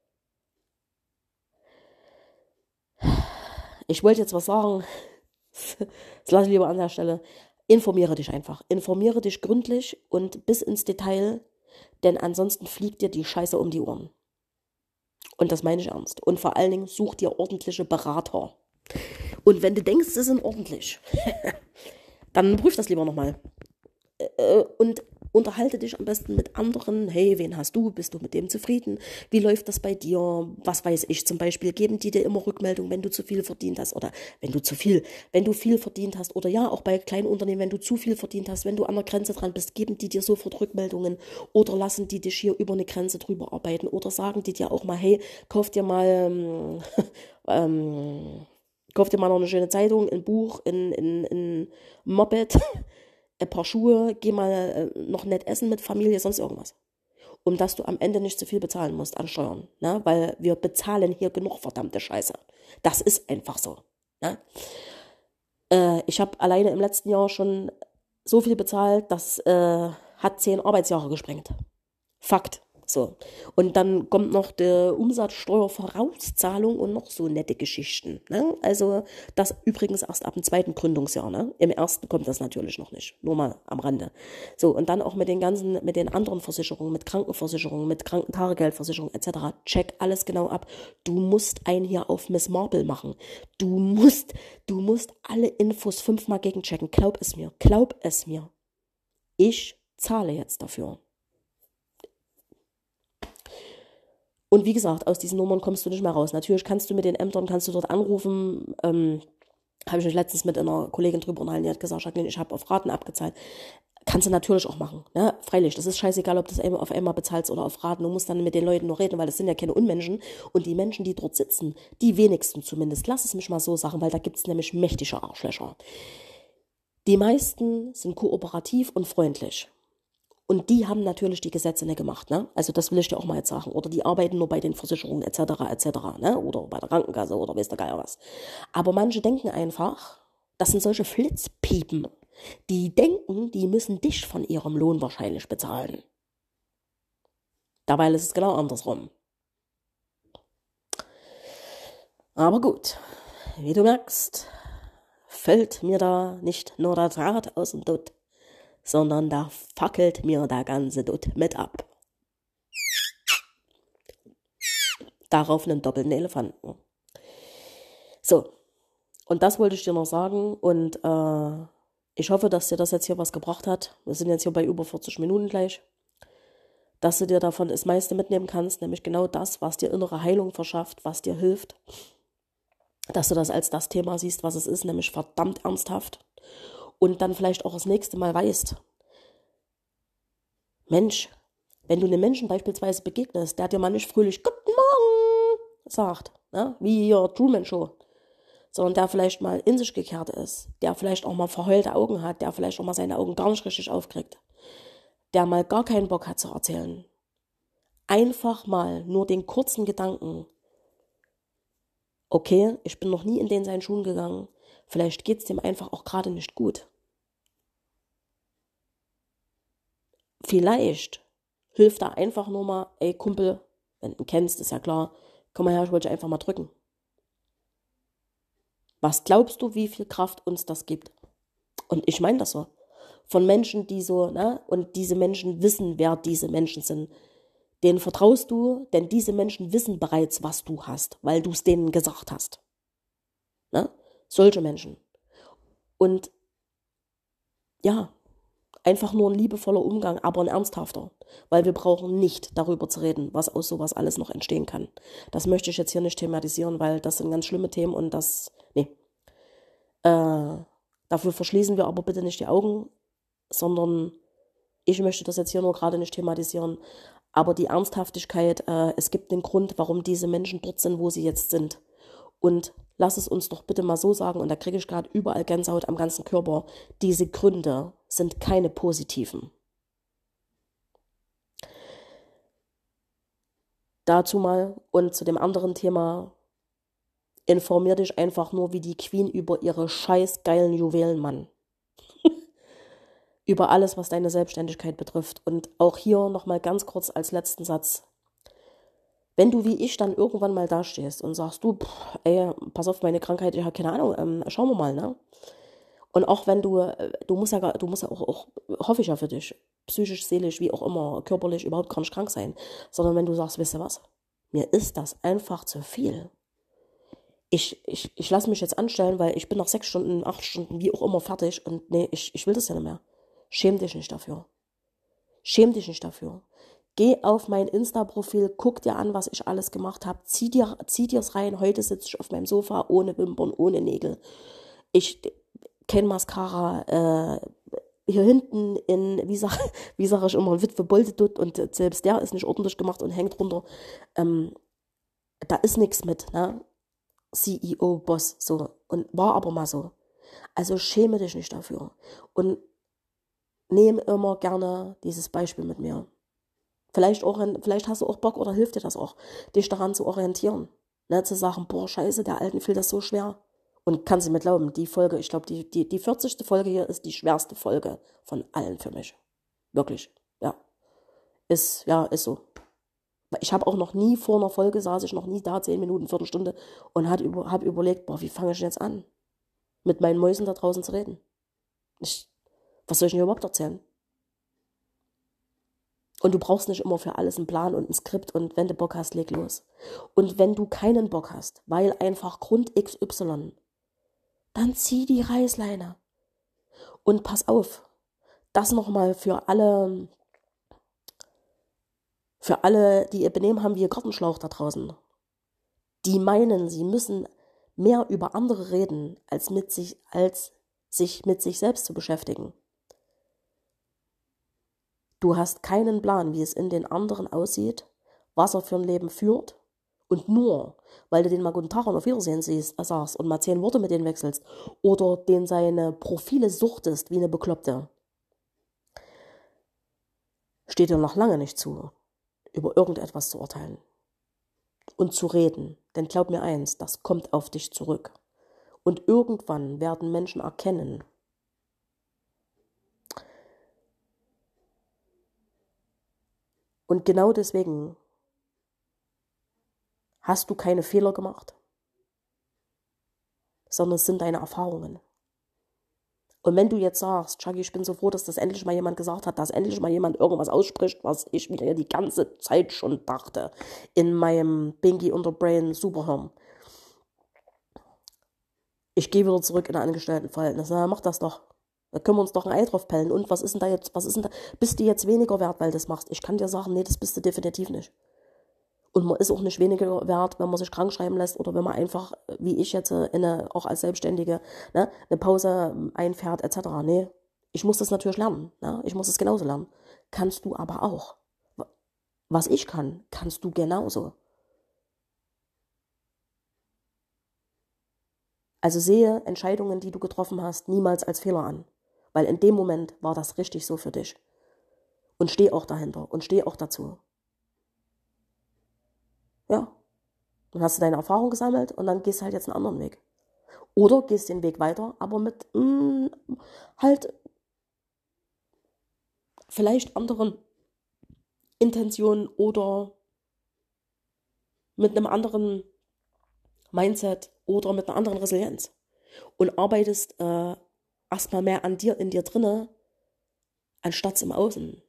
Ich wollte jetzt was sagen. Das lasse ich lieber an der Stelle. Informiere dich einfach. Informiere dich gründlich und bis ins Detail, denn ansonsten fliegt dir die Scheiße um die Ohren. Und das meine ich ernst. Und vor allen Dingen such dir ordentliche Berater. Und wenn du denkst, sie sind ordentlich, dann prüf das lieber nochmal. Und unterhalte dich am besten mit anderen. Hey, wen hast du? Bist du mit dem zufrieden? Wie läuft das bei dir? Was weiß ich zum Beispiel? Geben die dir immer Rückmeldung, wenn du zu viel verdient hast oder wenn du zu viel, wenn du viel verdient hast oder ja, auch bei kleinen Unternehmen, wenn du zu viel verdient hast, wenn du an der Grenze dran bist, geben die dir sofort Rückmeldungen oder lassen die dich hier über eine Grenze drüber arbeiten oder sagen die dir auch mal, hey, kauf dir mal ähm, ähm, kauf dir mal noch eine schöne Zeitung, ein Buch, ein, ein, ein Moped, ein paar Schuhe, geh mal äh, noch nett essen mit Familie, sonst irgendwas. Um dass du am Ende nicht zu viel bezahlen musst an Steuern. Ne? Weil wir bezahlen hier genug verdammte Scheiße. Das ist einfach so. Ne? Äh, ich habe alleine im letzten Jahr schon so viel bezahlt, das äh, hat zehn Arbeitsjahre gesprengt. Fakt. So. Und dann kommt noch die Umsatzsteuervorauszahlung und noch so nette Geschichten. Ne? Also das übrigens erst ab dem zweiten Gründungsjahr. Ne? Im ersten kommt das natürlich noch nicht. Nur mal am Rande. So, und dann auch mit den ganzen, mit den anderen Versicherungen, mit Krankenversicherungen, mit Krankentagegeldversicherung et cetera. Check alles genau ab. Du musst einen hier auf Miss Marple machen. Du musst, du musst alle Infos fünfmal gegenchecken. Glaub es mir. Glaub es mir. Ich zahle jetzt dafür. Und wie gesagt, aus diesen Nummern kommst du nicht mehr raus. Natürlich kannst du mit den Ämtern, kannst du dort anrufen. Ähm, habe ich mich letztens mit einer Kollegin drüber unterhalten, die hat gesagt, Jacqueline, ich habe auf Raten abgezahlt. Kannst du natürlich auch machen. Ne? Freilich, das ist scheißegal, ob du das auf einmal bezahlst oder auf Raten. Du musst dann mit den Leuten noch reden, weil das sind ja keine Unmenschen. Und die Menschen, die dort sitzen, die wenigsten zumindest, lass es mich mal so sagen, weil da gibt es nämlich mächtige Arschlöcher. Die meisten sind kooperativ und freundlich. Und die haben natürlich die Gesetze nicht gemacht, ne? Also das will ich dir auch mal jetzt sagen. Oder die arbeiten nur bei den Versicherungen et cetera et cetera, ne? Oder bei der Krankenkasse oder weiß der Geier was. Aber manche denken einfach, das sind solche Flitzpiepen. Die denken, die müssen dich von ihrem Lohn wahrscheinlich bezahlen. Dabei ist es genau andersrum. Aber gut, wie du merkst, fällt mir da nicht nur der Draht aus dem Dutt, sondern da fackelt mir der ganze Dutt mit ab. Darauf einen doppelten Elefanten. So, und das wollte ich dir noch sagen und äh, ich hoffe, dass dir das jetzt hier was gebracht hat. Wir sind jetzt hier bei über vierzig Minuten gleich. Dass du dir davon das meiste mitnehmen kannst, nämlich genau das, was dir innere Heilung verschafft, was dir hilft. Dass du das als das Thema siehst, was es ist, nämlich verdammt ernsthaft. Und dann vielleicht auch das nächste Mal weißt, Mensch, wenn du einem Menschen beispielsweise begegnest, der dir mal nicht fröhlich Guten Morgen sagt, ne? Wie hier Truman Show, sondern der vielleicht mal in sich gekehrt ist, der vielleicht auch mal verheulte Augen hat, der vielleicht auch mal seine Augen gar nicht richtig aufkriegt, der mal gar keinen Bock hat zu erzählen. Einfach mal nur den kurzen Gedanken, okay, ich bin noch nie in den seinen Schuhen gegangen, vielleicht geht es dem einfach auch gerade nicht gut. Vielleicht hilft da einfach nur mal, ey Kumpel, wenn du ihn kennst, ist ja klar, komm mal her, ich wollte dich einfach mal drücken. Was glaubst du, wie viel Kraft uns das gibt? Und ich meine das so. Von Menschen, die so, ne, und diese Menschen wissen, wer diese Menschen sind. Denen vertraust du, denn diese Menschen wissen bereits, was du hast, weil du es denen gesagt hast. Ne? Solche Menschen. Und ja, einfach nur ein liebevoller Umgang, aber ein ernsthafter. Weil wir brauchen nicht darüber zu reden, was aus sowas alles noch entstehen kann. Das möchte ich jetzt hier nicht thematisieren, weil das sind ganz schlimme Themen und das, nee. Äh, dafür verschließen wir aber bitte nicht die Augen, sondern ich möchte das jetzt hier nur gerade nicht thematisieren. Aber die Ernsthaftigkeit, äh, es gibt einen Grund, warum diese Menschen dort sind, wo sie jetzt sind. Und lass es uns doch bitte mal so sagen, und da kriege ich gerade überall Gänsehaut am ganzen Körper, diese Gründe sind keine positiven. Dazu mal und zu dem anderen Thema, informier dich einfach nur wie die Queen über ihre scheiß geilen Juwelen, Mann. Über alles, was deine Selbstständigkeit betrifft. Und auch hier nochmal ganz kurz als letzten Satz. Wenn du wie ich dann irgendwann mal dastehst und sagst, du, pff, ey, pass auf, meine Krankheit, ich habe keine Ahnung, ähm, schauen wir mal, ne? Und auch wenn du, äh, du musst ja, gar- du musst ja auch, auch, hoffe ich ja für dich, psychisch, seelisch, wie auch immer, körperlich überhaupt gar nicht krank sein, sondern wenn du sagst, wisst ihr was, mir ist das einfach zu viel. Ich, ich, ich lasse mich jetzt anstellen, weil ich bin nach sechs Stunden, acht Stunden, wie auch immer fertig und nee, ich, ich will das ja nicht mehr. Schäm dich nicht dafür. Schäm dich nicht dafür. Geh auf mein Insta-Profil, guck dir an, was ich alles gemacht habe. Zieh dir, zieh dir's rein. Heute sitze ich auf meinem Sofa ohne Wimpern, ohne Nägel. Ich kenne Mascara. Äh, hier hinten in, wie sag, wie sag ich immer, Witwe Boldedut und selbst der ist nicht ordentlich gemacht und hängt runter. Ähm, da ist nichts mit, ne? C E O, Boss, so. Und war aber mal so. Also schäme dich nicht dafür. Und nehme immer gerne dieses Beispiel mit mir. Vielleicht, auch, vielleicht hast du auch Bock oder hilft dir das auch, dich daran zu orientieren. Ne, zu sagen, boah, scheiße, der Alten fiel das so schwer. Und kannst du mir glauben, die Folge, ich glaube, die, die, die vierzigste Folge hier ist die schwerste Folge von allen für mich. Wirklich, ja. Ist, ja, ist so. Ich habe auch noch nie vor einer Folge, saß ich noch nie da, zehn Minuten, Viertelstunde und habe über, hab überlegt, boah, wie fange ich jetzt an, mit meinen Mäusen da draußen zu reden. Ich, was soll ich denn überhaupt erzählen? Und du brauchst nicht immer für alles einen Plan und ein Skript und wenn du Bock hast, leg los. Und wenn du keinen Bock hast, weil einfach Grund X Y, dann zieh die Reißleine. Und pass auf, das nochmal für alle, für alle, die ihr Benehmen haben wie ihr Gartenschlauch da draußen. Die meinen, sie müssen mehr über andere reden, als mit sich, als sich mit sich selbst zu beschäftigen. Du hast keinen Plan, wie es in den anderen aussieht, was er für ein Leben führt. Und nur, weil du den mal guten Tag und auf Wiedersehen siehst, äh, sagst und mal zehn Worte mit denen wechselst oder den seine Profile suchtest wie eine Bekloppte, steht dir noch lange nicht zu, über irgendetwas zu urteilen und zu reden. Denn glaub mir eins, das kommt auf dich zurück. Und irgendwann werden Menschen erkennen, und genau deswegen hast du keine Fehler gemacht. sondern es sind deine Erfahrungen. Und wenn du jetzt sagst, Chucky, ich bin so froh, dass das endlich mal jemand gesagt hat, dass endlich mal jemand irgendwas ausspricht, was ich mir die ganze Zeit schon dachte, in meinem Binky unter Brain Superhirn. Ich gehe wieder zurück in ein Angestelltenverhältnis. Na, mach das doch. Da können wir uns doch ein Ei drauf pellen. Und was ist denn da jetzt, was ist denn da? Bist du jetzt weniger wert, weil du das machst? Ich kann dir sagen, nee, das bist du definitiv nicht. Und man ist auch nicht weniger wert, wenn man sich krank schreiben lässt oder wenn man einfach, wie ich jetzt, eine, auch als Selbstständige, ne, eine Pause einfährt et cetera. Nee, ich muss das natürlich lernen. Ne? Ich muss es genauso lernen. Kannst du aber auch. Was ich kann, kannst du genauso. Also sehe Entscheidungen, die du getroffen hast, niemals als Fehler an. Weil in dem Moment war das richtig so für dich. Und steh auch dahinter und steh auch dazu. Ja, dann hast du deine Erfahrung gesammelt und dann gehst du halt jetzt einen anderen Weg. Oder gehst den Weg weiter, aber mit mh, halt vielleicht anderen Intentionen oder mit einem anderen Mindset oder mit einer anderen Resilienz. Und arbeitest äh, erstmal mehr an dir, in dir drinne, anstatt im Außen.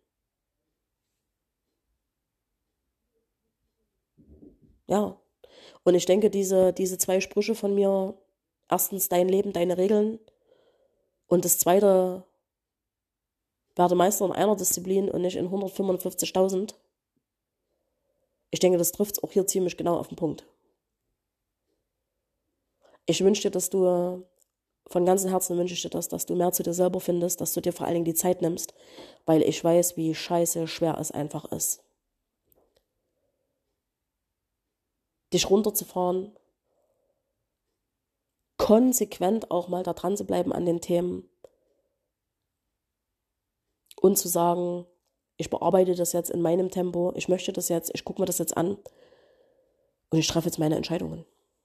Ja. Und ich denke, diese, diese zwei Sprüche von mir, erstens dein Leben, deine Regeln und das zweite, werde Meister in einer Disziplin und nicht in hundertfünfundfünfzigtausend. Ich denke, das trifft es auch hier ziemlich genau auf den Punkt. Ich wünsche dir, dass du, von ganzem Herzen wünsche ich dir das, dass du mehr zu dir selber findest, dass du dir vor allen Dingen die Zeit nimmst, weil ich weiß, wie scheiße schwer es einfach ist. Dich runterzufahren, konsequent auch mal da dran zu bleiben an den Themen und zu sagen, ich bearbeite das jetzt in meinem Tempo, ich möchte das jetzt, ich gucke mir das jetzt an und ich treffe jetzt meine Entscheidungen.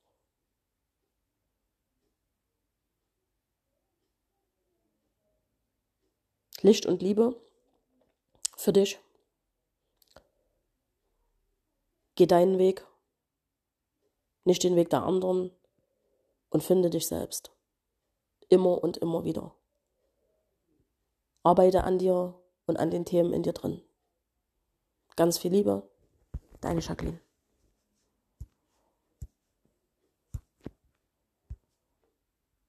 Licht und Liebe für dich. Geh deinen Weg, nicht den Weg der anderen und finde dich selbst. Immer und immer wieder. Arbeite an dir und an den Themen in dir drin. Ganz viel Liebe, deine Jacqueline.